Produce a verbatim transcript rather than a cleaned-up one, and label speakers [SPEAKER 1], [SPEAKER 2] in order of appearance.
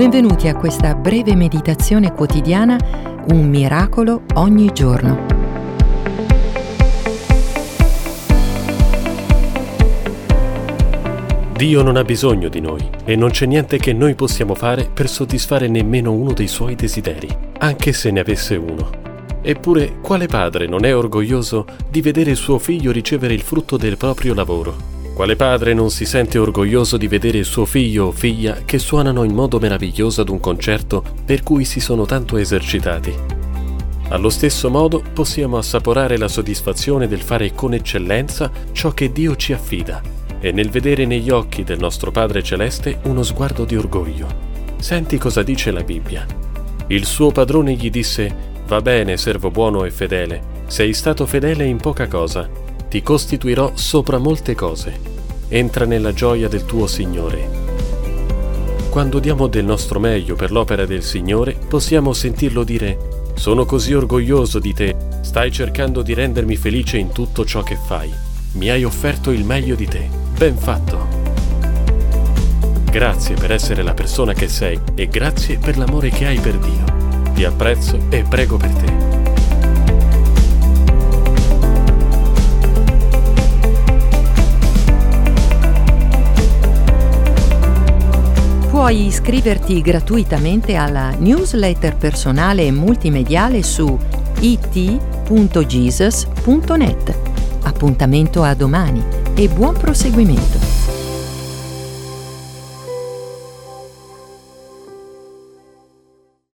[SPEAKER 1] Benvenuti a questa breve meditazione quotidiana, un miracolo ogni giorno.
[SPEAKER 2] Dio non ha bisogno di noi e non c'è niente che noi possiamo fare per soddisfare nemmeno uno dei suoi desideri, anche se ne avesse uno. Eppure, quale padre non è orgoglioso di vedere il suo figlio ricevere il frutto del proprio lavoro? Quale padre non si sente orgoglioso di vedere il suo figlio o figlia che suonano in modo meraviglioso ad un concerto per cui si sono tanto esercitati? Allo stesso modo possiamo assaporare la soddisfazione del fare con eccellenza ciò che Dio ci affida e nel vedere negli occhi del nostro Padre Celeste uno sguardo di orgoglio. Senti cosa dice la Bibbia. Il suo padrone gli disse: «Va bene, servo buono e fedele, sei stato fedele in poca cosa. Ti costituirò sopra molte cose. Entra nella gioia del tuo Signore». Quando diamo del nostro meglio per l'opera del Signore, possiamo sentirlo dire: «Sono così orgoglioso di te, stai cercando di rendermi felice in tutto ciò che fai. Mi hai offerto il meglio di te. Ben fatto. Grazie per essere la persona che sei e grazie per l'amore che hai per Dio. Ti apprezzo e prego per te».
[SPEAKER 1] Puoi iscriverti gratuitamente alla newsletter personale e multimediale su i t punto jesus punto net. Appuntamento a domani e buon proseguimento.